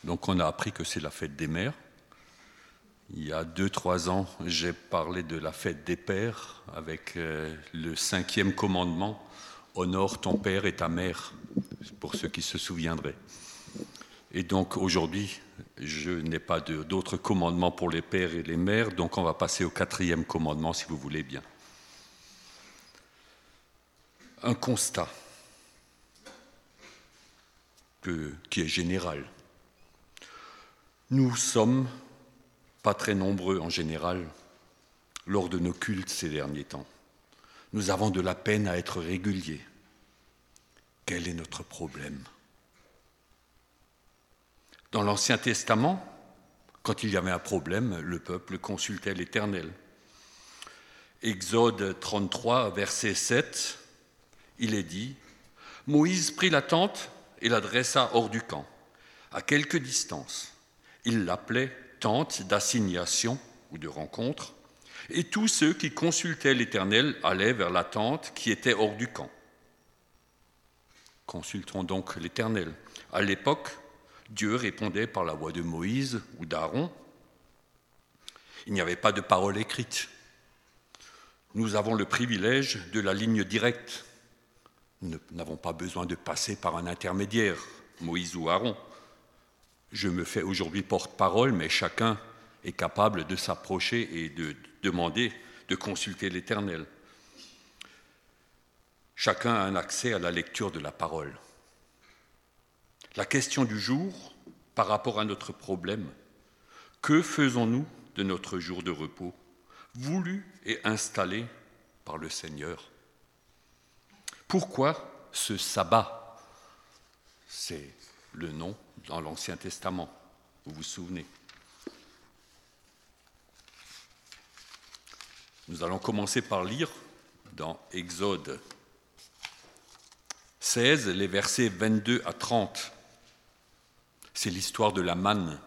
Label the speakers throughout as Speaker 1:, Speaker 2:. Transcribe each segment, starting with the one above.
Speaker 1: Donc on a appris que c'est la fête des mères. Il y a 2-3 ans, j'ai parlé de la fête des pères avec le 5e commandement « Honore ton père et ta mère », pour ceux qui se souviendraient. Et donc aujourd'hui, je n'ai pas d'autres commandements pour les pères et les mères, donc on va passer au 4e commandement si vous voulez bien. Un constat qui est général. Nous sommes pas très nombreux en général lors de nos cultes ces derniers temps. Nous avons de la peine à être réguliers. Quel est notre problème ? Dans l'Ancien Testament, quand il y avait un problème, le peuple consultait l'Éternel. Exode 33, verset 7, il est dit « Moïse prit la tente et la dressa hors du camp, à quelque distance. Il l'appelait tente d'assignation ou de rencontre, et tous ceux qui consultaient l'Éternel allaient vers la tente qui était hors du camp. » Consultons donc l'Éternel. À l'époque, Dieu répondait par la voix de Moïse ou d'Aaron. Il n'y avait pas de parole écrite. Nous avons le privilège de la ligne directe. Nous n'avons pas besoin de passer par un intermédiaire, Moïse ou Aaron. Je me fais aujourd'hui porte-parole, mais chacun est capable de s'approcher et de demander, de consulter l'Éternel. Chacun a un accès à la lecture de la parole. La question du jour, par rapport à notre problème, que faisons-nous de notre jour de repos, voulu et installé par le Seigneur ? Pourquoi ce sabbat ? C'est le nom dans l'Ancien Testament, vous vous souvenez. Nous allons commencer par lire dans Exode 16, les versets 22 à 30. C'est l'histoire de la manne.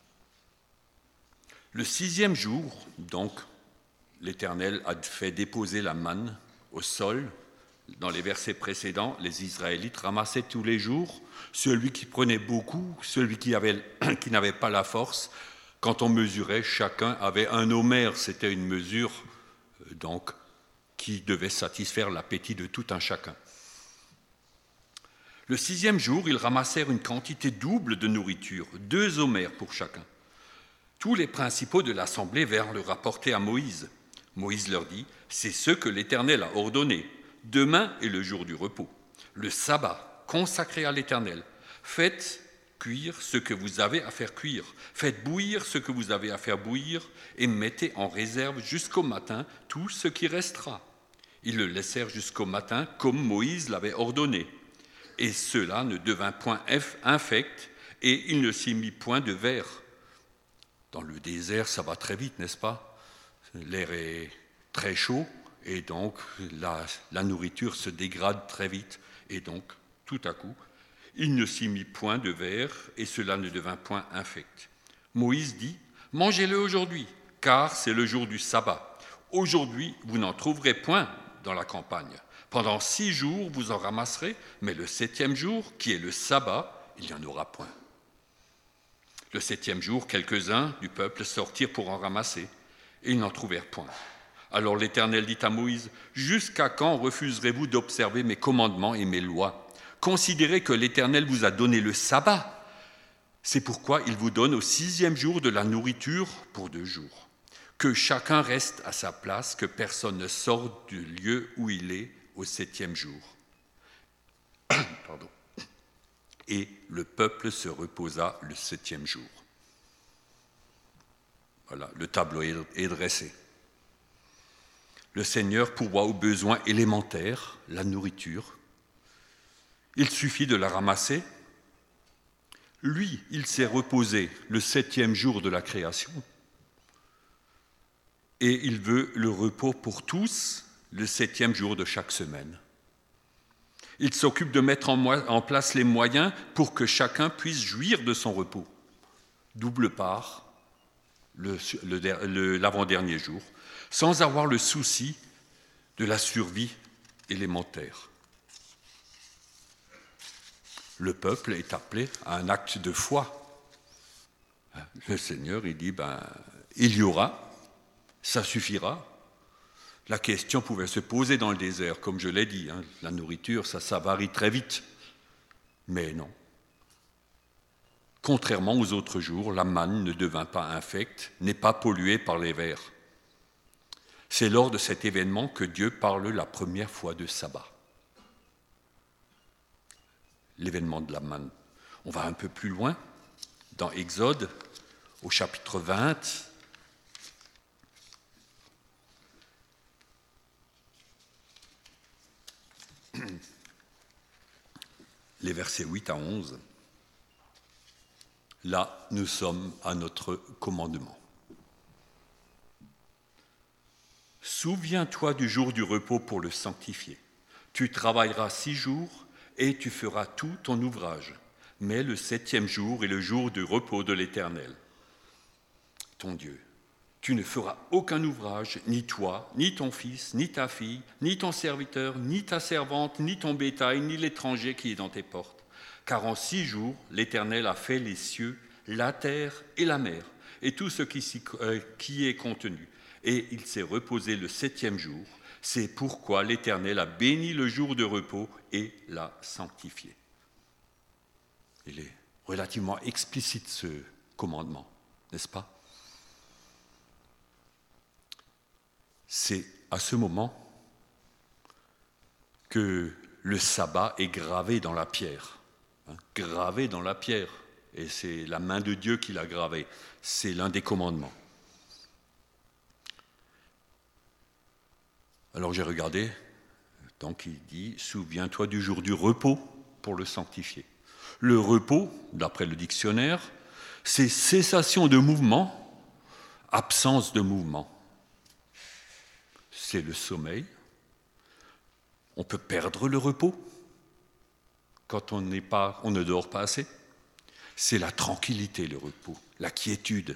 Speaker 1: Le 6e jour, donc, l'Éternel a fait déposer la manne au sol. Dans les versets précédents, les Israélites ramassaient tous les jours, celui qui prenait beaucoup, celui qui n'avait pas la force. Quand on mesurait, chacun avait un homère, c'était une mesure donc, qui devait satisfaire l'appétit de tout un chacun. Le 6e jour, ils ramassèrent une quantité double de nourriture, 2 homères pour chacun. Tous les principaux de l'assemblée vinrent le rapporter à Moïse. Moïse leur dit, « C'est ce que l'Éternel a ordonné. Demain est le jour du repos, le sabbat consacré à l'Éternel. Faites cuire ce que vous avez à faire cuire, faites bouillir ce que vous avez à faire bouillir, et mettez en réserve jusqu'au matin tout ce qui restera. » Ils le laissèrent jusqu'au matin comme Moïse l'avait ordonné. Et cela ne devint point infect, et il ne s'y mit point de verre. Dans le désert, ça va très vite, n'est-ce pas ? L'air est très chaud, et donc la nourriture se dégrade très vite. Et donc, tout à coup, il ne s'y mit point de verre, et cela ne devint point infect. Moïse dit, « Mangez-le aujourd'hui, car c'est le jour du sabbat. Aujourd'hui, vous n'en trouverez point dans la campagne. Pendant 6 jours, vous en ramasserez, mais le 7e jour, qui est le sabbat, il n'y en aura point. » Le 7e jour, quelques-uns du peuple sortirent pour en ramasser, et ils n'en trouvèrent point. Alors l'Éternel dit à Moïse, « Jusqu'à quand refuserez-vous d'observer mes commandements et mes lois ? Considérez que l'Éternel vous a donné le sabbat. C'est pourquoi il vous donne au 6e jour de la nourriture pour 2 jours. Que chacun reste à sa place, que personne ne sorte du lieu où il est au 7e jour. » Pardon. Et le peuple se reposa le 7e jour. Voilà, le tableau est dressé. Le Seigneur pourvoit aux besoins élémentaires, la nourriture. Il suffit de la ramasser. Lui, il s'est reposé le 7e jour de la création. Et il veut le repos pour tous le 7e jour de chaque semaine. Il s'occupe de mettre en place les moyens pour que chacun puisse jouir de son repos. Double part, l'avant-dernier jour, sans avoir le souci de la survie élémentaire. Le peuple est appelé à un acte de foi. le Seigneur, il dit, il y aura, ça suffira. La question pouvait se poser dans le désert, comme je l'ai dit, la nourriture, ça varie très vite. Mais non. Contrairement aux autres jours, la manne ne devint pas infecte, n'est pas polluée par les vers. C'est lors de cet événement que Dieu parle la première fois de sabbat. L'événement de la manne. On va un peu plus loin, dans Exode, au chapitre 20. Les versets 8 à 11. Là, nous sommes à notre commandement. Souviens-toi du jour du repos pour le sanctifier. Tu travailleras 6 jours et tu feras tout ton ouvrage. Mais le 7e jour est le jour du repos de l'Éternel, ton Dieu. Tu ne feras aucun ouvrage, ni toi, ni ton fils, ni ta fille, ni ton serviteur, ni ta servante, ni ton bétail, ni l'étranger qui est dans tes portes. Car en 6 jours, l'Éternel a fait les cieux, la terre et la mer, et tout ce qui est contenu. Et il s'est reposé le 7e jour. C'est pourquoi l'Éternel a béni le jour de repos et l'a sanctifié. Il est relativement explicite ce commandement, n'est-ce pas ? C'est à ce moment que le sabbat est gravé dans la pierre. Gravé dans la pierre. Et c'est la main de Dieu qui l'a gravé. C'est l'un des commandements. Alors j'ai regardé, donc il dit « Souviens-toi du jour du repos pour le sanctifier ». Le repos, d'après le dictionnaire, c'est cessation de mouvement, absence de mouvement. C'est le sommeil. On peut perdre le repos quand on ne dort pas assez. C'est la tranquillité, le repos, la quiétude.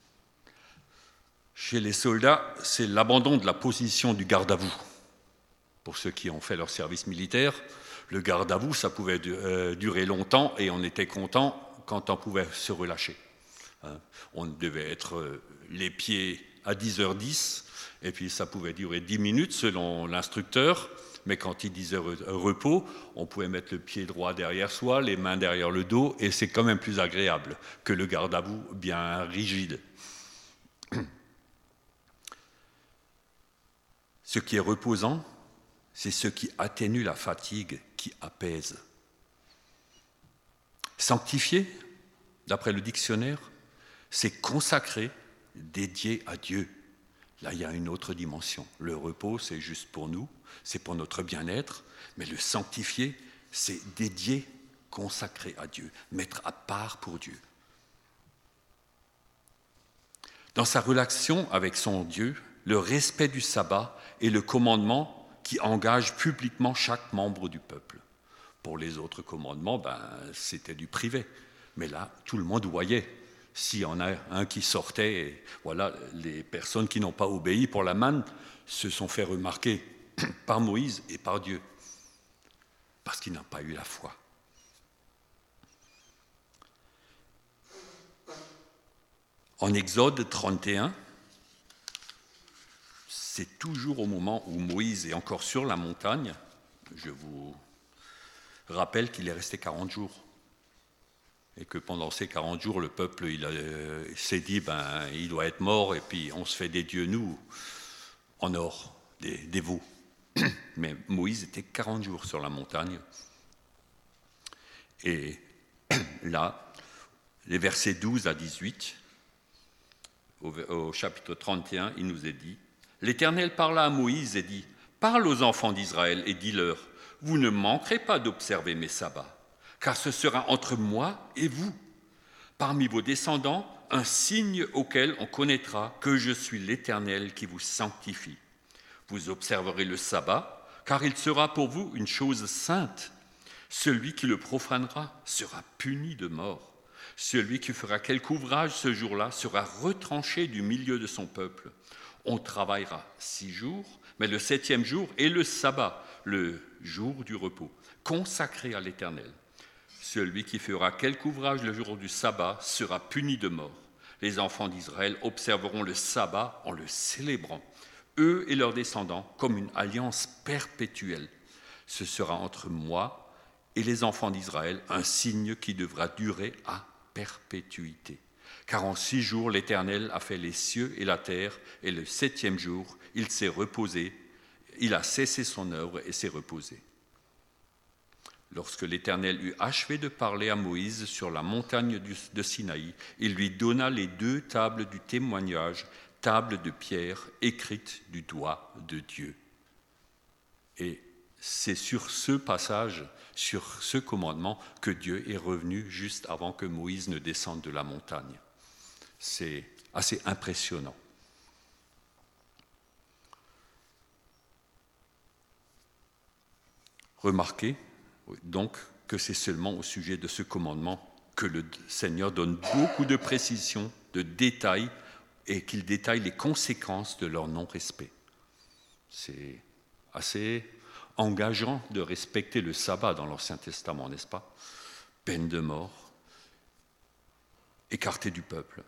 Speaker 1: Chez les soldats, c'est l'abandon de la position du garde-à-vous. Pour ceux qui ont fait leur service militaire, le garde-à-vous, ça pouvait durer longtemps et on était content quand on pouvait se relâcher. On devait être les pieds à 10h10 et puis ça pouvait durer 10 minutes selon l'instructeur, mais quand il disait repos, on pouvait mettre le pied droit derrière soi, les mains derrière le dos et c'est quand même plus agréable que le garde-à-vous bien rigide. Ce qui est reposant, c'est ce qui atténue la fatigue, qui apaise. Sanctifié, d'après le dictionnaire, c'est consacré, dédié à Dieu. Là, il y a une autre dimension. Le repos, c'est juste pour nous, c'est pour notre bien-être, mais le sanctifié, c'est dédié, consacré à Dieu, mettre à part pour Dieu. Dans sa relation avec son Dieu, le respect du sabbat est le commandement qui engage publiquement chaque membre du peuple. Pour les autres commandements, c'était du privé. Mais là, tout le monde voyait. S'il y en a un qui sortait, et voilà, les personnes qui n'ont pas obéi pour la manne se sont fait remarquer par Moïse et par Dieu, parce qu'ils n'ont pas eu la foi. En Exode 31, c'est toujours au moment où Moïse est encore sur la montagne. Je vous rappelle qu'il est resté 40 jours. Et que pendant ces 40 jours, le peuple il s'est dit, il doit être mort, et puis on se fait des dieux, nous, en or, des veaux. Mais Moïse était 40 jours sur la montagne. Et là, les versets 12 à 18, au chapitre 31, il nous est dit, « L'Éternel parla à Moïse et dit, « Parle aux enfants d'Israël et dis-leur, vous ne manquerez pas d'observer mes sabbats, car ce sera entre moi et vous, parmi vos descendants, un signe auquel on connaîtra que je suis l'Éternel qui vous sanctifie. Vous observerez le sabbat, car il sera pour vous une chose sainte. Celui qui le profanera sera puni de mort. Celui qui fera quelque ouvrage ce jour-là sera retranché du milieu de son peuple. On travaillera 6 jours, mais le 7e jour est le sabbat, le jour du repos, consacré à l'Éternel. Celui qui fera quelque ouvrage le jour du sabbat sera puni de mort. Les enfants d'Israël observeront le sabbat en le célébrant, eux et leurs descendants, comme une alliance perpétuelle. Ce sera entre moi et les enfants d'Israël un signe qui devra durer à perpétuité. Car en 6 jours, l'Éternel a fait les cieux et la terre, et le 7e jour, il s'est reposé, il a cessé son œuvre et s'est reposé. Lorsque l'Éternel eut achevé de parler à Moïse sur la montagne de Sinaï, il lui donna les 2 tables du témoignage, tables de pierre écrites du doigt de Dieu. Et c'est sur ce passage, sur ce commandement, que Dieu est revenu juste avant que Moïse ne descende de la montagne. C'est assez impressionnant. Remarquez donc que c'est seulement au sujet de ce commandement que le Seigneur donne beaucoup de précisions, de détails, et qu'il détaille les conséquences de leur non-respect. C'est assez engageant de respecter le sabbat dans l'Ancien Testament, n'est-ce pas ? Peine de mort, écarté du peuple.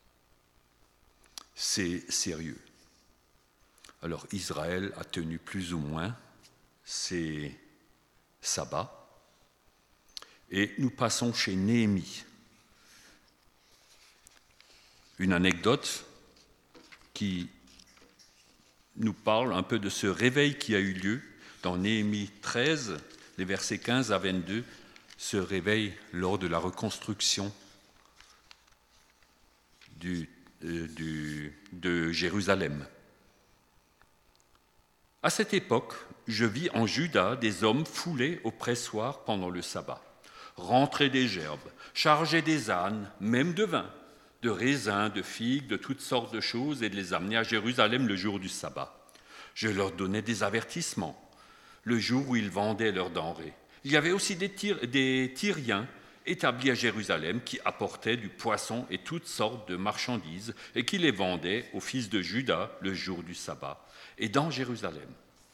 Speaker 1: C'est sérieux. Alors Israël a tenu plus ou moins ses sabbats. Et nous passons chez Néhémie. Une anecdote qui nous parle un peu de ce réveil qui a eu lieu dans Néhémie 13, les versets 15 à 22, ce réveil lors de la reconstruction de Jérusalem. À cette époque, je vis en Juda des hommes foulés au pressoir pendant le sabbat, rentrer des gerbes, charger des ânes, même de vin, de raisins, de figues, de toutes sortes de choses, et de les amener à Jérusalem le jour du sabbat. Je leur donnais des avertissements, le jour où ils vendaient leurs denrées. Il y avait aussi des Tyriens établis à Jérusalem qui apportaient du poisson et toutes sortes de marchandises et qui les vendaient aux fils de Juda le jour du sabbat et dans Jérusalem.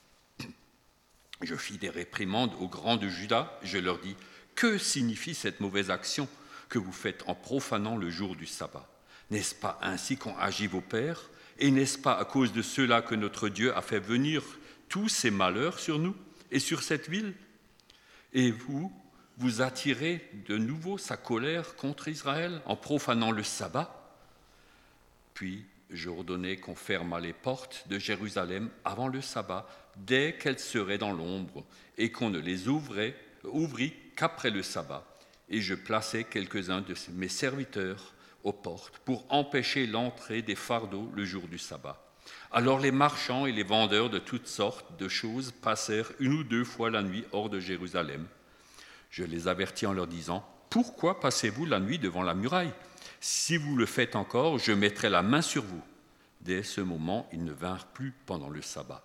Speaker 1: Je fis des réprimandes aux grands de Juda, je leur dis « Que signifie cette mauvaise action que vous faites en profanant le jour du sabbat ? N'est-ce pas ainsi qu'ont agi vos pères ? Et n'est-ce pas à cause de cela que notre Dieu a fait venir tous ces malheurs sur nous et sur cette ville ? Et vous attirez de nouveau sa colère contre Israël en profanant le sabbat ? Puis j'ordonnai qu'on fermât les portes de Jérusalem avant le sabbat, dès qu'elles seraient dans l'ombre, et qu'on ne les ouvrit qu'après le sabbat. Et je plaçai quelques-uns de mes serviteurs aux portes pour empêcher l'entrée des fardeaux le jour du sabbat. Alors les marchands et les vendeurs de toutes sortes de choses passèrent 1 ou 2 fois la nuit hors de Jérusalem. Je les avertis en leur disant « Pourquoi passez-vous la nuit devant la muraille ? Si vous le faites encore, je mettrai la main sur vous. » Dès ce moment, ils ne vinrent plus pendant le sabbat.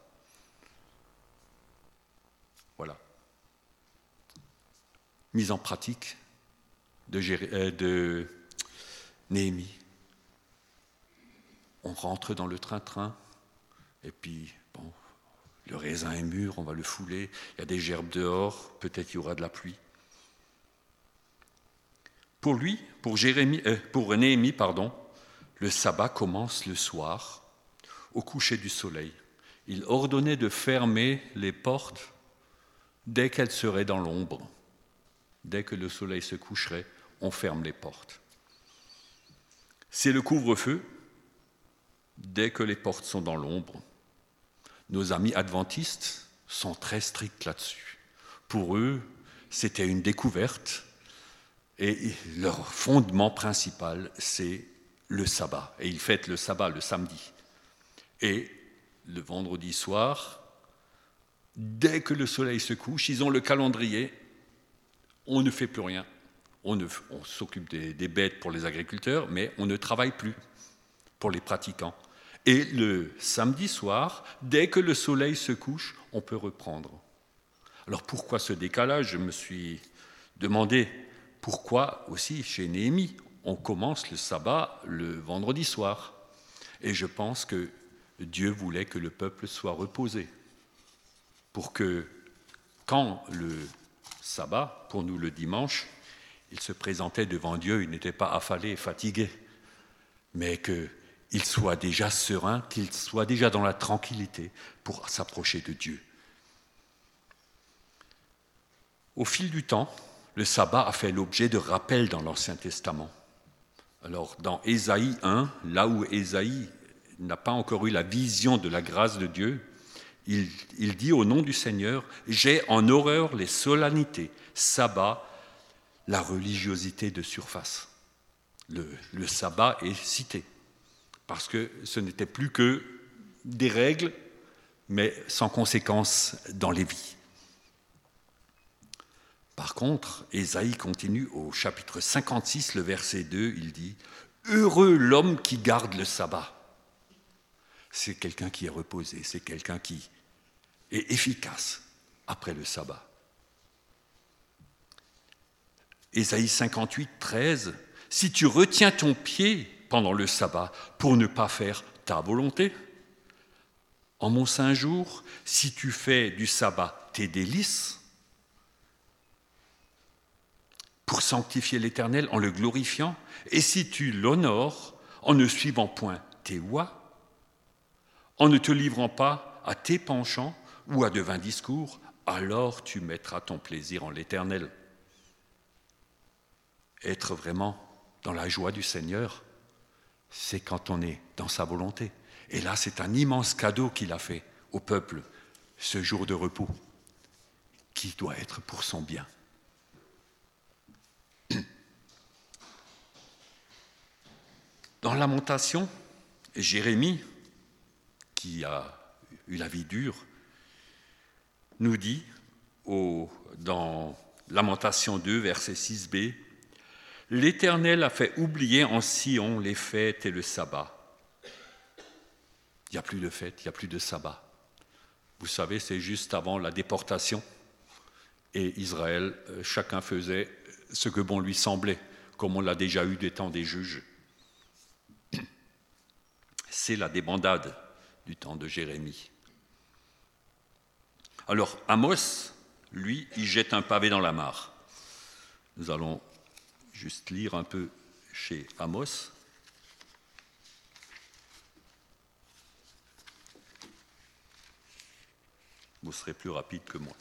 Speaker 1: Voilà. Mise en pratique de Néhémie. On rentre dans le train-train, et puis, bon, le raisin est mûr, on va le fouler, il y a des gerbes dehors, peut-être il y aura de la pluie. Pour Néhémie, le sabbat commence le soir, au coucher du soleil. Il ordonnait de fermer les portes dès qu'elles seraient dans l'ombre. Dès que le soleil se coucherait, on ferme les portes. C'est le couvre-feu dès que les portes sont dans l'ombre. Nos amis adventistes sont très stricts là-dessus. Pour eux, c'était une découverte et leur fondement principal, c'est le sabbat. Et ils fêtent le sabbat le samedi. Et le vendredi soir, dès que le soleil se couche, ils ont le calendrier, on ne fait plus rien. On s'occupe des bêtes pour les agriculteurs, mais on ne travaille plus pour les pratiquants. Et le samedi soir, dès que le soleil se couche, on peut reprendre. Alors pourquoi ce décalage ? Je me suis demandé pourquoi aussi chez Néhémie, on commence le sabbat le vendredi soir. Et je pense que Dieu voulait que le peuple soit reposé, pour que quand le sabbat, pour nous le dimanche, il se présentait devant Dieu, il n'était pas affalé et fatigué, mais qu'il soit déjà serein, qu'il soit déjà dans la tranquillité pour s'approcher de Dieu. Au fil du temps, le sabbat a fait l'objet de rappels dans l'Ancien Testament. Alors, dans Ésaïe 1, là où Ésaïe n'a pas encore eu la vision de la grâce de Dieu, il dit au nom du Seigneur, « J'ai en horreur les solennités, sabbat, la religiosité de surface. » Le sabbat est cité, parce que ce n'était plus que des règles, mais sans conséquence dans les vies. Par contre, Ésaïe continue au chapitre 56, le verset 2, il dit « Heureux l'homme qui garde le sabbat ». C'est quelqu'un qui est reposé, c'est quelqu'un qui est efficace après le sabbat. Ésaïe 58, 13, « Si tu retiens ton pied pendant le sabbat pour ne pas faire ta volonté, en mon saint jour, si tu fais du sabbat tes délices, pour sanctifier l'Éternel en le glorifiant, et si tu l'honores en ne suivant point tes voies, en ne te livrant pas à tes penchants ou à de vains discours, alors tu mettras ton plaisir en l'Éternel. » Être vraiment dans la joie du Seigneur, c'est quand on est dans sa volonté. Et là, c'est un immense cadeau qu'il a fait au peuple, ce jour de repos, qui doit être pour son bien. Dans Lamentation, Jérémie, qui a eu la vie dure, nous dit, dans Lamentation 2, verset 6b, « L'Éternel a fait oublier en Sion les fêtes et le sabbat. » Il n'y a plus de fêtes, il n'y a plus de sabbat. Vous savez, c'est juste avant la déportation. Et Israël, chacun faisait ce que bon lui semblait, comme on l'a déjà eu des temps des juges. C'est la débandade du temps de Jérémie. Alors, Amos, lui, il jette un pavé dans la mare. Nous allons juste lire un peu chez Amos. Vous serez plus rapide que moi.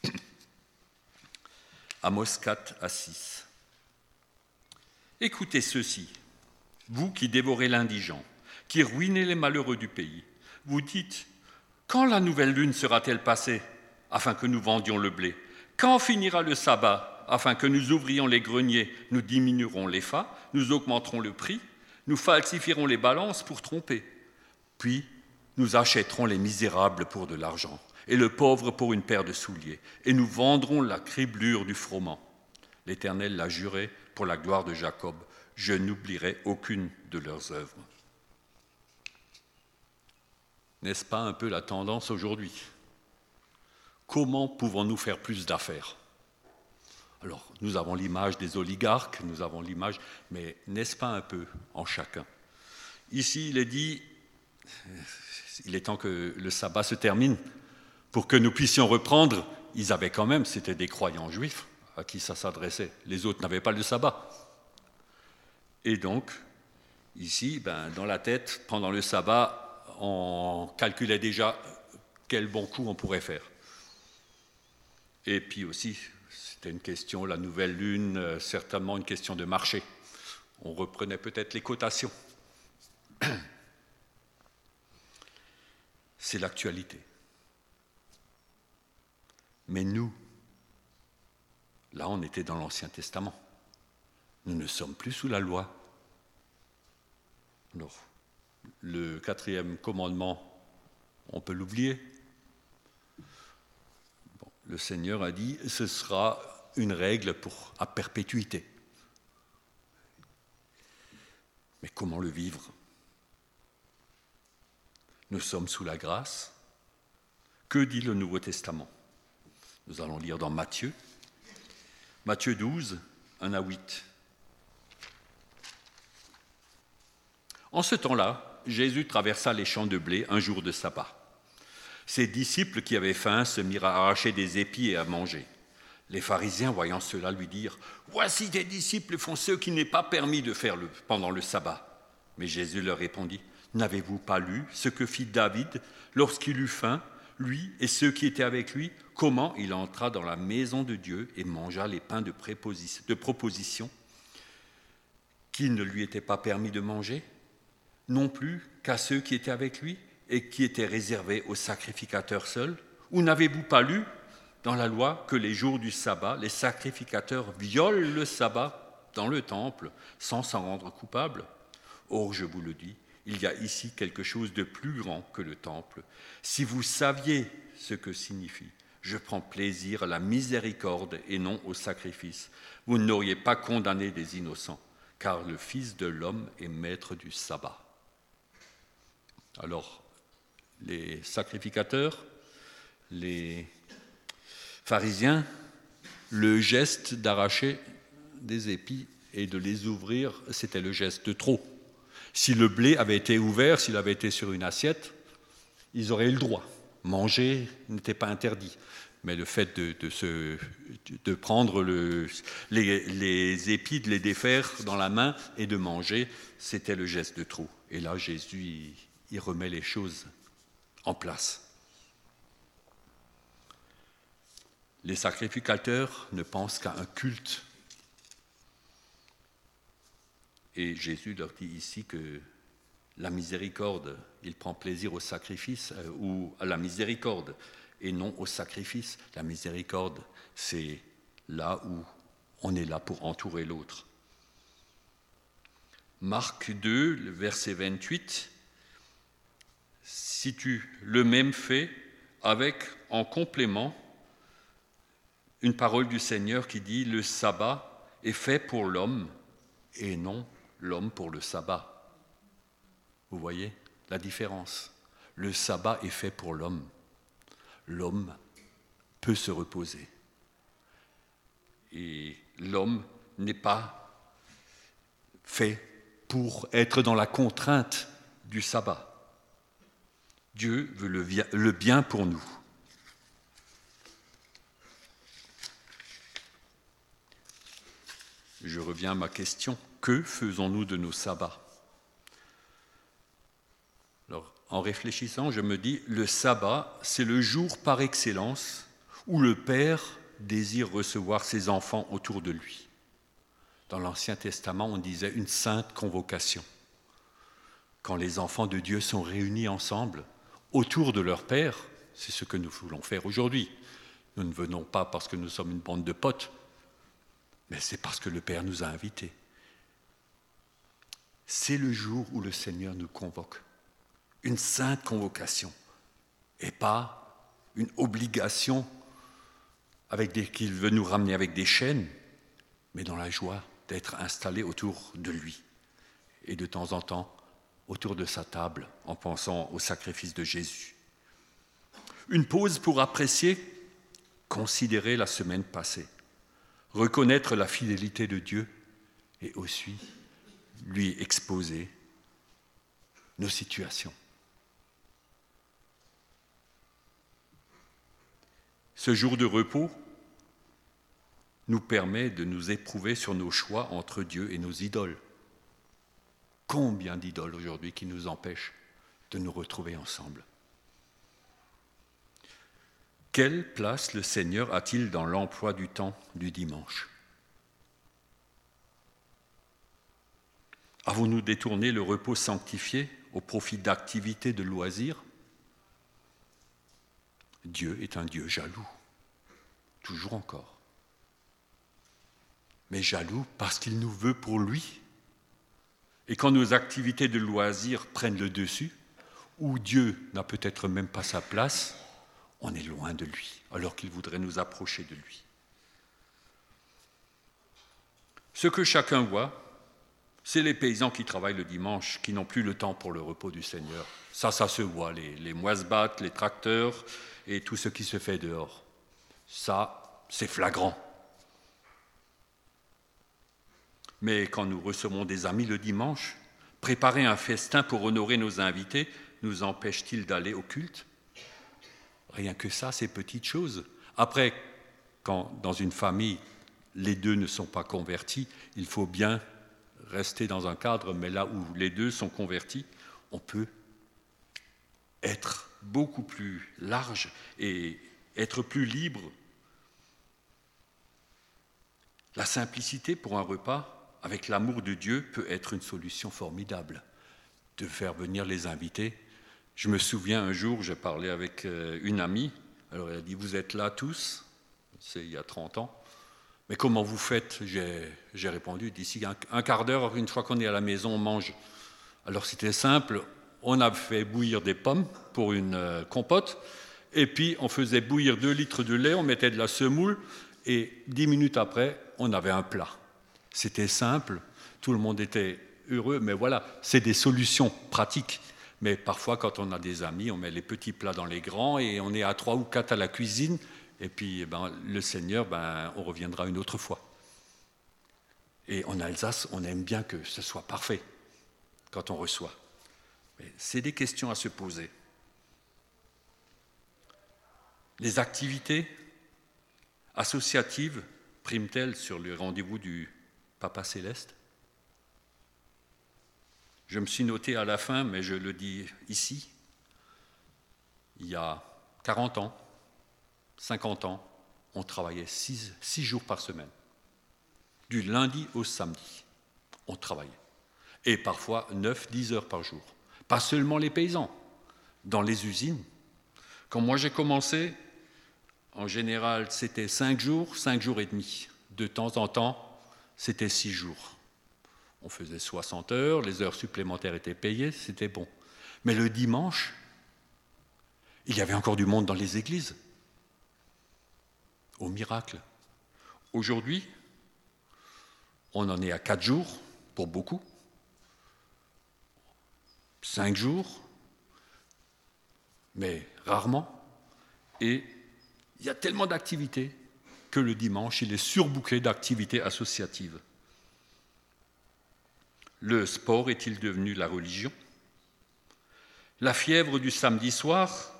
Speaker 1: Amos 4 à 6. Écoutez ceci, vous qui dévorez l'indigent, qui ruinez les malheureux du pays. Vous dites, quand la nouvelle lune sera-t-elle passée, afin que nous vendions le blé? Quand finira le sabbat, afin que nous ouvrions les greniers? Nous diminuerons les fas, nous augmenterons le prix, nous falsifierons les balances pour tromper. Puis nous achèterons les misérables pour de l'argent, et le pauvre pour une paire de souliers, et nous vendrons la criblure du froment. L'Éternel l'a juré pour la gloire de Jacob, je n'oublierai aucune de leurs œuvres. N'est-ce pas un peu la tendance aujourd'hui? Comment pouvons-nous faire plus d'affaires? Alors, nous avons l'image des oligarques, nous avons l'image, mais n'est-ce pas un peu en chacun? Ici, il est dit, il est temps que le sabbat se termine pour que nous puissions reprendre. Ils avaient quand même, c'était des croyants juifs à qui ça s'adressait. Les autres n'avaient pas le sabbat. Et donc, ici, dans la tête, pendant le sabbat, on calculait déjà quel bon coup on pourrait faire. Et puis aussi, c'était une question, la nouvelle lune, certainement une question de marché. On reprenait peut-être les cotations. C'est l'actualité. Mais nous, là on était dans l'Ancien Testament. Nous ne sommes plus sous la loi. Alors, le 4e commandement, on peut l'oublier. Bon, le Seigneur a dit, ce sera une règle à perpétuité. Mais comment le vivre? Nous sommes sous la grâce. Que dit le Nouveau Testament? Nous allons lire dans Matthieu 12, 1 à 8. En ce temps-là, Jésus traversa les champs de blé un jour de sabbat. Ses disciples qui avaient faim se mirent à arracher des épis et à manger. Les pharisiens, voyant cela, lui dirent « Voici tes disciples font ce qui n'est pas permis de faire pendant le sabbat. » Mais Jésus leur répondit, « N'avez-vous pas lu ce que fit David lorsqu'il eut faim, lui et ceux qui étaient avec lui, comment il entra dans la maison de Dieu et mangea les pains de proposition qui ne lui étaient pas permis de manger, non plus qu'à ceux qui étaient avec lui et qui étaient réservés aux sacrificateurs seuls? Ou n'avez-vous pas lu dans la loi que les jours du sabbat, les sacrificateurs violent le sabbat dans le temple sans s'en rendre coupables? Or, je vous le dis, il y a ici quelque chose de plus grand que le temple. Si vous saviez ce que signifie « Je prends plaisir à la miséricorde et non au sacrifice », vous n'auriez pas condamné des innocents, car le Fils de l'homme est maître du sabbat. Alors, les sacrificateurs, les pharisiens, le geste d'arracher des épis et de les ouvrir, c'était le geste de trop. Si le blé avait été ouvert, s'il avait été sur une assiette, ils auraient eu le droit. Manger n'était pas interdit. Mais le fait de prendre les épis, de les défaire dans la main et de manger, c'était le geste de trop. Et là, Jésus, il remet les choses en place. Les sacrificateurs ne pensent qu'à un culte. Et Jésus leur dit ici que la miséricorde, il prend plaisir au sacrifice ou à la miséricorde et non au sacrifice. La miséricorde, c'est là où on est là pour entourer l'autre. Marc 2, le verset 28, situe le même fait avec en complément une parole du Seigneur qui dit « Le sabbat est fait pour l'homme et non l'homme pour le sabbat ». Vous voyez la différence. Le sabbat est fait pour l'homme. L'homme peut se reposer. Et l'homme n'est pas fait pour être dans la contrainte du sabbat. Dieu veut le bien pour nous. Je reviens à ma question. Que faisons-nous de nos sabbats ? Alors, en réfléchissant, je me dis, le sabbat, c'est le jour par excellence où le Père désire recevoir ses enfants autour de lui. Dans l'Ancien Testament, on disait une sainte convocation. Quand les enfants de Dieu sont réunis ensemble autour de leur Père, c'est ce que nous voulons faire aujourd'hui. Nous ne venons pas parce que nous sommes une bande de potes, mais c'est parce que le Père nous a invités. C'est le jour où le Seigneur nous convoque. Une sainte convocation et pas une obligation qu'il veut nous ramener avec des chaînes, mais dans la joie d'être installés autour de lui et de temps en temps autour de sa table en pensant au sacrifice de Jésus. Une pause pour apprécier, considérer la semaine passée, reconnaître la fidélité de Dieu et aussi lui exposer nos situations. Ce jour de repos nous permet de nous éprouver sur nos choix entre Dieu et nos idoles. Combien d'idoles aujourd'hui qui nous empêchent de nous retrouver ensemble ? Quelle place le Seigneur a-t-il dans l'emploi du temps du dimanche ? Avons-nous détourné le repos sanctifié au profit d'activités de loisirs ? Dieu est un Dieu jaloux, toujours encore. Mais jaloux parce qu'il nous veut pour lui. Et quand nos activités de loisirs prennent le dessus, où Dieu n'a peut-être même pas sa place, on est loin de lui, alors qu'il voudrait nous approcher de lui. Ce que chacun voit, c'est les paysans qui travaillent le dimanche, qui n'ont plus le temps pour le repos du Seigneur. Ça se voit, les moisse-battes, les tracteurs et tout ce qui se fait dehors. Ça, c'est flagrant. Mais quand nous recevons des amis le dimanche, préparer un festin pour honorer nos invités nous empêche-t-il d'aller au culte ? Rien que ça, ces petites choses. Après, quand dans une famille, les deux ne sont pas convertis, il faut bien rester dans un cadre, mais là où les deux sont convertis, on peut être beaucoup plus large et être plus libre. La simplicité pour un repas, avec l'amour de Dieu, peut être une solution formidable. De faire venir les invités. Je me souviens un jour, j'ai parlé avec une amie, alors elle a dit « Vous êtes là tous ?» C'est il y a 30 ans. « Mais comment vous faites ?» J'ai répondu « D'ici un quart d'heure, une fois qu'on est à la maison, on mange. » Alors c'était simple, on a fait bouillir des pommes pour une compote, et puis on faisait bouillir 2 litres de lait, on mettait de la semoule, et 10 minutes après, on avait un plat. C'était simple, tout le monde était heureux, mais voilà, c'est des solutions pratiques. Mais parfois, quand on a des amis, on met les petits plats dans les grands et on est à 3 ou 4 à la cuisine. Et puis, le Seigneur, on reviendra une autre fois. Et en Alsace, on aime bien que ce soit parfait quand on reçoit. Mais c'est des questions à se poser. Les activités associatives priment-elles sur le rendez-vous du Papa Céleste ? Je me suis noté à la fin, mais je le dis ici, il y a 40 ans, 50 ans, on travaillait 6 jours par semaine. Du lundi au samedi, on travaillait. Et parfois 9-10 heures par jour. Pas seulement les paysans, dans les usines. Quand moi j'ai commencé, en général, c'était 5 jours et demi. De temps en temps, c'était 6 jours. On faisait 60 heures, les heures supplémentaires étaient payées, c'était bon. Mais le dimanche, il y avait encore du monde dans les églises. Au miracle. Aujourd'hui, on en est à 4 jours, pour beaucoup. 5 jours, mais rarement. Et il y a tellement d'activités que le dimanche, il est surbooké d'activités associatives. Le sport est-il devenu la religion ? La fièvre du samedi soir,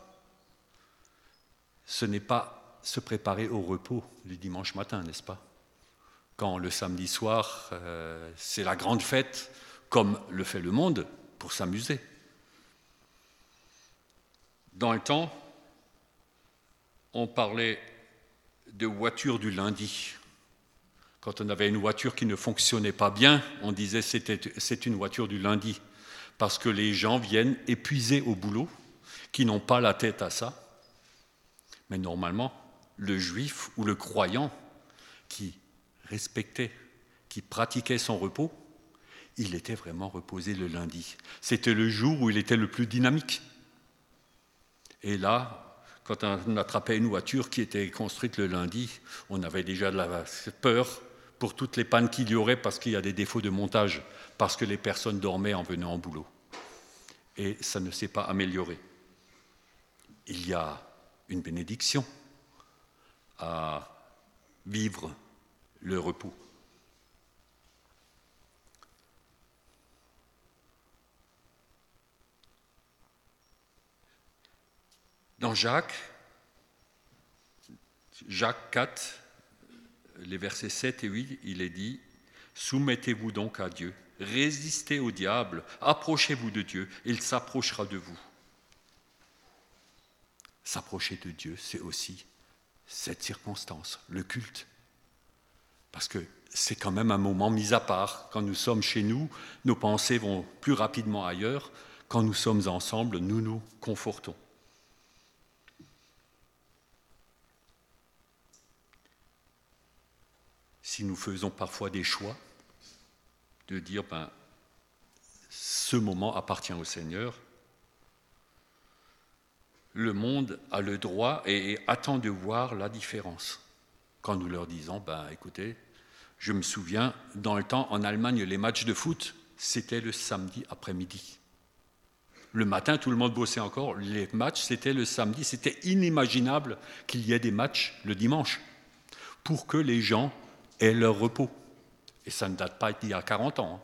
Speaker 1: ce n'est pas se préparer au repos du dimanche matin, n'est-ce pas ? Quand le samedi soir, c'est la grande fête, comme le fait le monde, pour s'amuser. Dans le temps, on parlait de voiture du lundi. Quand on avait une voiture qui ne fonctionnait pas bien, on disait c'est une voiture du lundi, parce que les gens viennent épuisés au boulot, qui n'ont pas la tête à ça. Mais normalement, le juif ou le croyant qui respectait, qui pratiquait son repos, il était vraiment reposé le lundi. C'était le jour où il était le plus dynamique. Et là, quand on attrapait une voiture qui était construite le lundi, on avait déjà de la peur pour toutes les pannes qu'il y aurait parce qu'il y a des défauts de montage, parce que les personnes dormaient en venant au boulot. Et ça ne s'est pas amélioré. Il y a une bénédiction à vivre le repos. Dans Jacques 4, les versets 7 et 8, il est dit « Soumettez-vous donc à Dieu, résistez au diable, approchez-vous de Dieu, il s'approchera de vous. » S'approcher de Dieu, c'est aussi cette circonstance, le culte. Parce que c'est quand même un moment mis à part. Quand nous sommes chez nous, nos pensées vont plus rapidement ailleurs. Quand nous sommes ensemble, nous nous confortons. Si nous faisons parfois des choix, de dire ce moment appartient au Seigneur, le monde a le droit et attend de voir la différence. Quand nous leur disons, écoutez, je me souviens, dans le temps, en Allemagne, les matchs de foot, c'était le samedi après-midi. Le matin, tout le monde bossait encore. Les matchs, c'était le samedi. C'était inimaginable qu'il y ait des matchs le dimanche pour que les gens aient leur repos. Et ça ne date pas d'il y a 40 ans.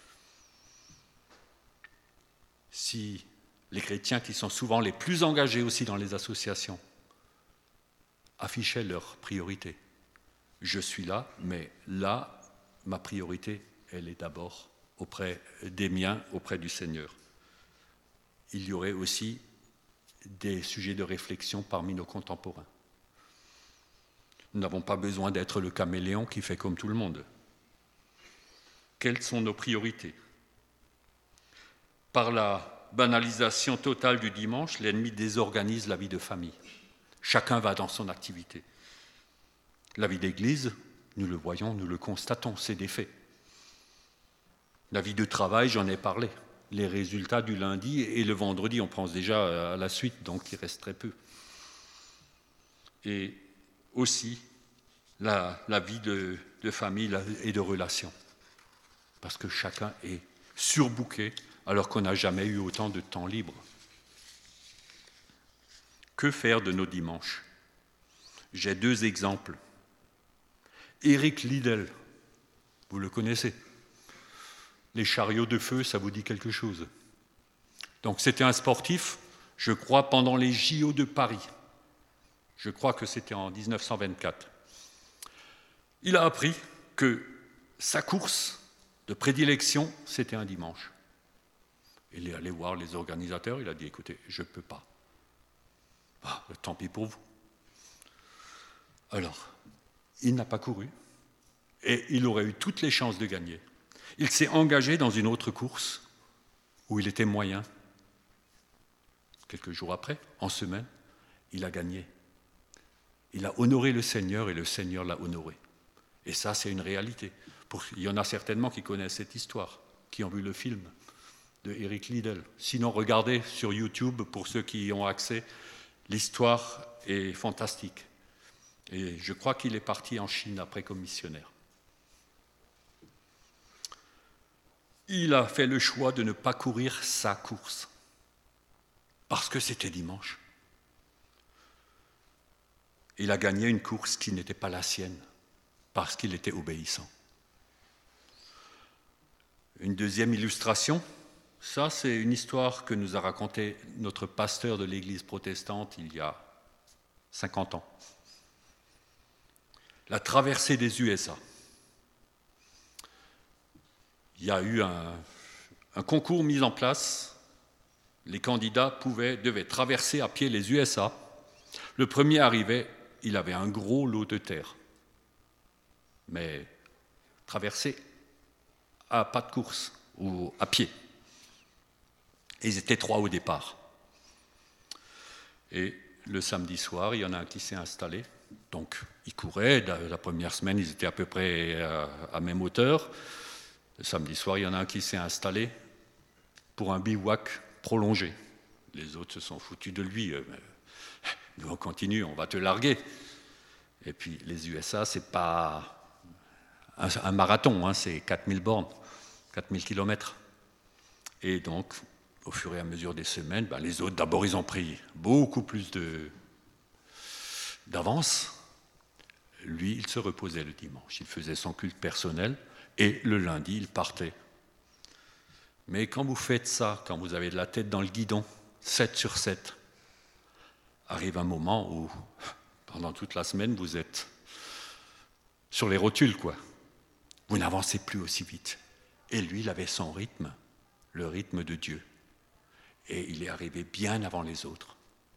Speaker 1: Si les chrétiens, qui sont souvent les plus engagés aussi dans les associations, affichaient leurs priorités. Je suis là, mais là, ma priorité elle est d'abord auprès des miens, auprès du Seigneur. Il y aurait aussi des sujets de réflexion parmi nos contemporains. Nous n'avons pas besoin d'être le caméléon qui fait comme tout le monde. Quelles sont nos priorités ? Par la banalisation totale du dimanche, l'ennemi désorganise la vie de famille. Chacun va dans son activité. La vie d'église, nous le voyons, nous le constatons, c'est des faits. La vie de travail, j'en ai parlé. Les résultats du lundi et le vendredi, on pense déjà à la suite, donc il reste très peu. Et aussi la vie de famille et de relations. Parce que chacun est surbooké alors qu'on n'a jamais eu autant de temps libre. Que faire de nos dimanches ? J'ai 2 exemples. Eric Liddell, vous le connaissez. Les chariots de feu, ça vous dit quelque chose. Donc c'était un sportif, je crois, pendant les JO de Paris. Je crois que c'était en 1924. Il a appris que sa course de prédilection, c'était un dimanche. Il est allé voir les organisateurs, il a dit, écoutez, je ne peux pas. Ah, tant pis pour vous. Alors, il n'a pas couru et il aurait eu toutes les chances de gagner. Il s'est engagé dans une autre course où il était moyen. Quelques jours après, en semaine, il a gagné. Il a honoré le Seigneur et le Seigneur l'a honoré. Et ça, c'est une réalité. Il y en a certainement qui connaissent cette histoire, qui ont vu le film de Eric Liddell. Sinon, regardez sur YouTube, pour ceux qui y ont accès, l'histoire est fantastique. Et je crois qu'il est parti en Chine après comme missionnaire. Il a fait le choix de ne pas courir sa course, parce que c'était dimanche. Il a gagné une course qui n'était pas la sienne, parce qu'il était obéissant. Une deuxième illustration, ça c'est une histoire que nous a racontée notre pasteur de l'église protestante il y a 50 ans. La traversée des USA. Il y a eu un concours mis en place. Les candidats devaient traverser à pied les USA. Le premier arrivait, il avait un gros lot de terre. Mais traverser à pas de course ou à pied. Et ils étaient 3 au départ. Et le samedi soir, il y en a un qui s'est installé. Donc, ils couraient. La première semaine, ils étaient à peu près à même hauteur. Le samedi soir, il y en a un qui s'est installé pour un bivouac prolongé. Les autres se sont foutus de lui. Nous, on continue, on va te larguer. Et puis, les USA, c'est pas un marathon, hein, c'est 4000 bornes, 4000 kilomètres. Et donc, au fur et à mesure des semaines, les autres, d'abord, ils ont pris beaucoup plus d'avance. Lui, il se reposait le dimanche. Il faisait son culte personnel et le lundi, il partait. Mais quand vous faites ça, quand vous avez de la tête dans le guidon, 7 sur 7, arrive un moment où, pendant toute la semaine, vous êtes sur les rotules, quoi. Vous n'avancez plus aussi vite. Et lui, il avait son rythme, le rythme de Dieu. Et il est arrivé bien avant les autres.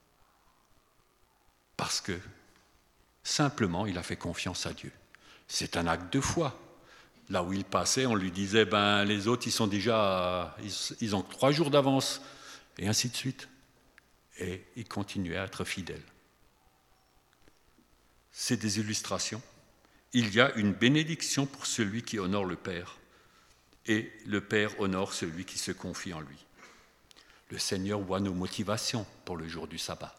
Speaker 1: Parce que, simplement, il a fait confiance à Dieu. C'est un acte de foi. Là où il passait, on lui disait, les autres, ils sont déjà, ils ont 3 jours d'avance, et ainsi de suite. Et il continuait à être fidèle. C'est des illustrations. Il y a une bénédiction pour celui qui honore le Père, et le Père honore celui qui se confie en lui. Le Seigneur voit nos motivations pour le jour du sabbat.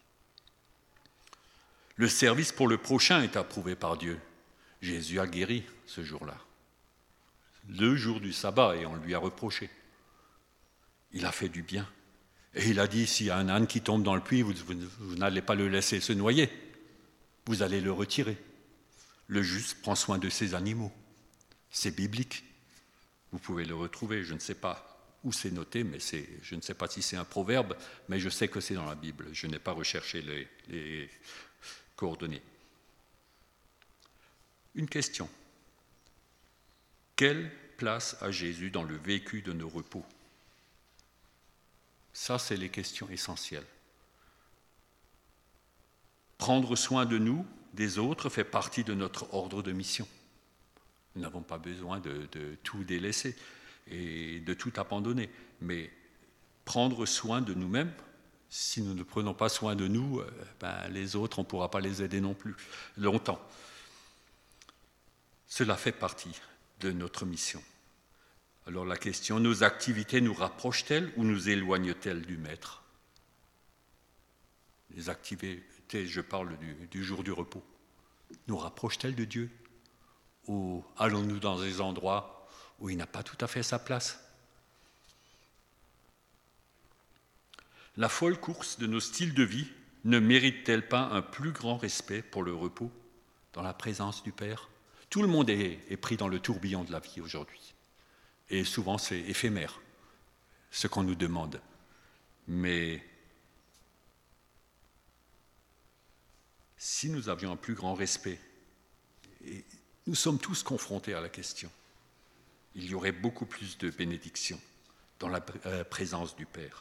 Speaker 1: Le service pour le prochain est approuvé par Dieu. Jésus a guéri ce jour-là. Le jour du sabbat, et on lui a reproché. Il a fait du bien. Et il a dit, s'il y a un âne qui tombe dans le puits, vous n'allez pas le laisser se noyer. Vous allez le retirer. Le juste prend soin de ses animaux. C'est biblique. Vous pouvez le retrouver, je ne sais pas où c'est noté, mais je ne sais pas si c'est un proverbe, mais je sais que c'est dans la Bible. Je n'ai pas recherché les coordonnées. Une question. Quelle place à Jésus dans le vécu de nos repos? Ça, c'est les questions essentielles. Prendre soin de nous, des autres, fait partie de notre ordre de mission. Nous n'avons pas besoin de tout délaisser et de tout abandonner. Mais prendre soin de nous-mêmes, si nous ne prenons pas soin de nous, les autres, on ne pourra pas les aider non plus longtemps. Cela fait partie de notre mission. Alors la question, nos activités nous rapprochent-elles ou nous éloignent-elles du Maître? Les activités, je parle du jour du repos, nous rapprochent-elles de Dieu? Ou allons-nous dans des endroits où il n'a pas tout à fait sa place? La folle course de nos styles de vie ne mérite-t-elle pas un plus grand respect pour le repos dans la présence du Père? Tout le monde est pris dans le tourbillon de la vie aujourd'hui. Et souvent c'est éphémère, ce qu'on nous demande. Mais si nous avions un plus grand respect, et nous sommes tous confrontés à la question, il y aurait beaucoup plus de bénédictions dans la présence du Père.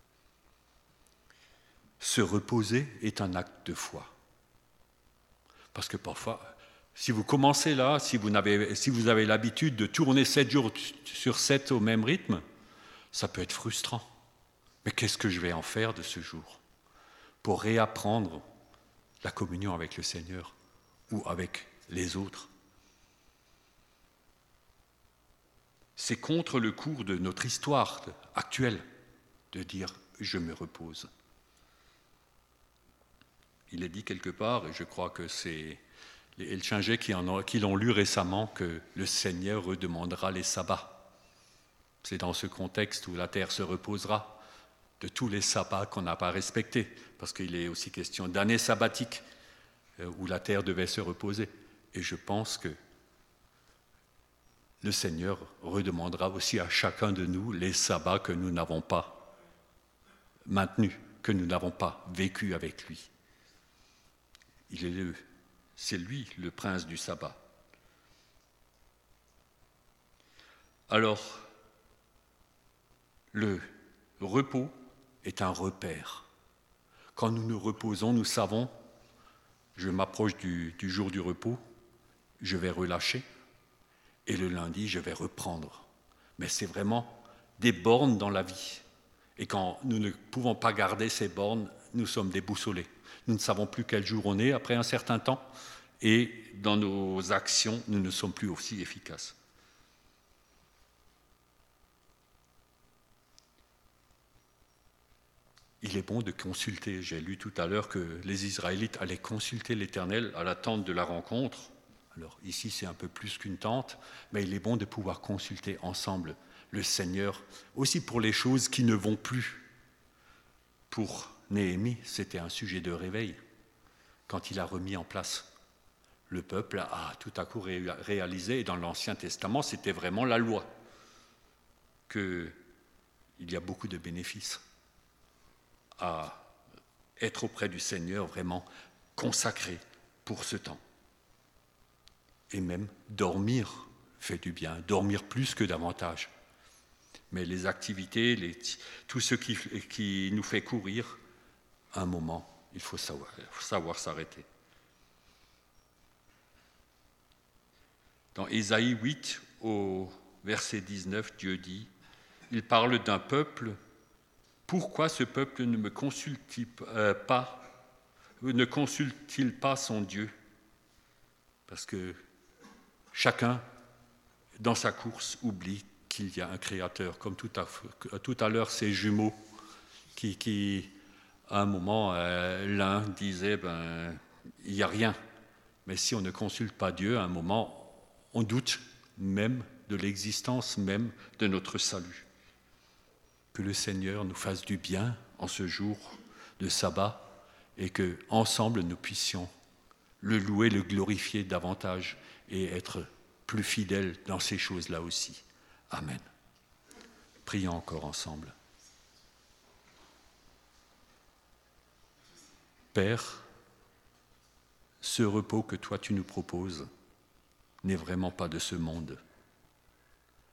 Speaker 1: Se reposer est un acte de foi. Parce que parfois, si vous commencez là, si vous avez l'habitude de tourner 7 jours sur 7 au même rythme, ça peut être frustrant. Mais qu'est-ce que je vais en faire de ce jour pour réapprendre la communion avec le Seigneur ou avec les autres? C'est contre le cours de notre histoire actuelle de dire « je me repose ». Il est dit quelque part, et je crois que c'est les Elchingais qui l'ont lu récemment, que le Seigneur redemandera les sabbats. C'est dans ce contexte où la terre se reposera de tous les sabbats qu'on n'a pas respectés, parce qu'il est aussi question d'années sabbatiques où la terre devait se reposer. Et je pense que le Seigneur redemandera aussi à chacun de nous les sabbats que nous n'avons pas maintenus, que nous n'avons pas vécus avec lui. C'est lui le prince du sabbat. Alors, le repos est un repère. Quand nous nous reposons, nous savons, je m'approche du jour du repos, je vais relâcher, et le lundi, je vais reprendre. Mais c'est vraiment des bornes dans la vie. Et quand nous ne pouvons pas garder ces bornes, nous sommes déboussolés. Nous ne savons plus quel jour on est après un certain temps, et dans nos actions, nous ne sommes plus aussi efficaces. Il est bon de consulter. J'ai lu tout à l'heure que les Israélites allaient consulter l'Éternel à la tente de la rencontre. Alors ici, c'est un peu plus qu'une tente, mais il est bon de pouvoir consulter ensemble le Seigneur, aussi pour les choses qui ne vont plus. Pour Néhémie, c'était un sujet de réveil. Quand il a remis en place, le peuple a tout à coup réalisé, et dans l'Ancien Testament, c'était vraiment la loi, qu'il y a beaucoup de bénéfices à être auprès du Seigneur, vraiment consacré pour ce temps. Et même dormir fait du bien, dormir plus que davantage. Mais les activités, tout ce qui nous fait courir, un moment, il faut savoir s'arrêter. Dans Ésaïe 8, au verset 19, Dieu dit, il parle d'un peuple. Pourquoi ce peuple ne me consulte-t-il pas son Dieu? Parce que chacun, dans sa course, oublie qu'il y a un Créateur. Comme tout à l'heure, ces jumeaux qui à un moment, l'un disait, il n'y a rien. Mais si on ne consulte pas Dieu, à un moment, on doute même de l'existence même de notre salut. Que le Seigneur nous fasse du bien en ce jour de sabbat et que ensemble nous puissions le louer, le glorifier davantage et être plus fidèles dans ces choses-là aussi. Amen. Prions encore ensemble. Père, ce repos que toi tu nous proposes n'est vraiment pas de ce monde.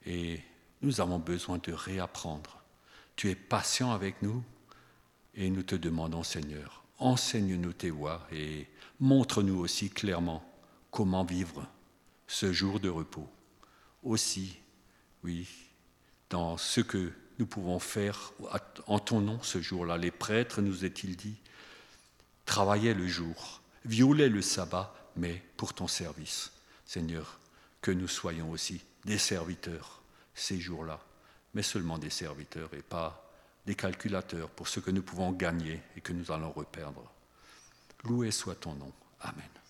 Speaker 1: et nous avons besoin de réapprendre. Tu es patient avec nous et nous te demandons, Seigneur, enseigne-nous tes voies et montre-nous aussi clairement comment vivre ce jour de repos. Aussi, oui, dans ce que nous pouvons faire en ton nom ce jour-là. Les prêtres, nous est-il dit, travaillaient le jour, violaient le sabbat, mais pour ton service. Seigneur, que nous soyons aussi des serviteurs ces jours-là, mais seulement des serviteurs et pas des calculateurs pour ce que nous pouvons gagner et que nous allons reperdre. Loué soit ton nom. Amen.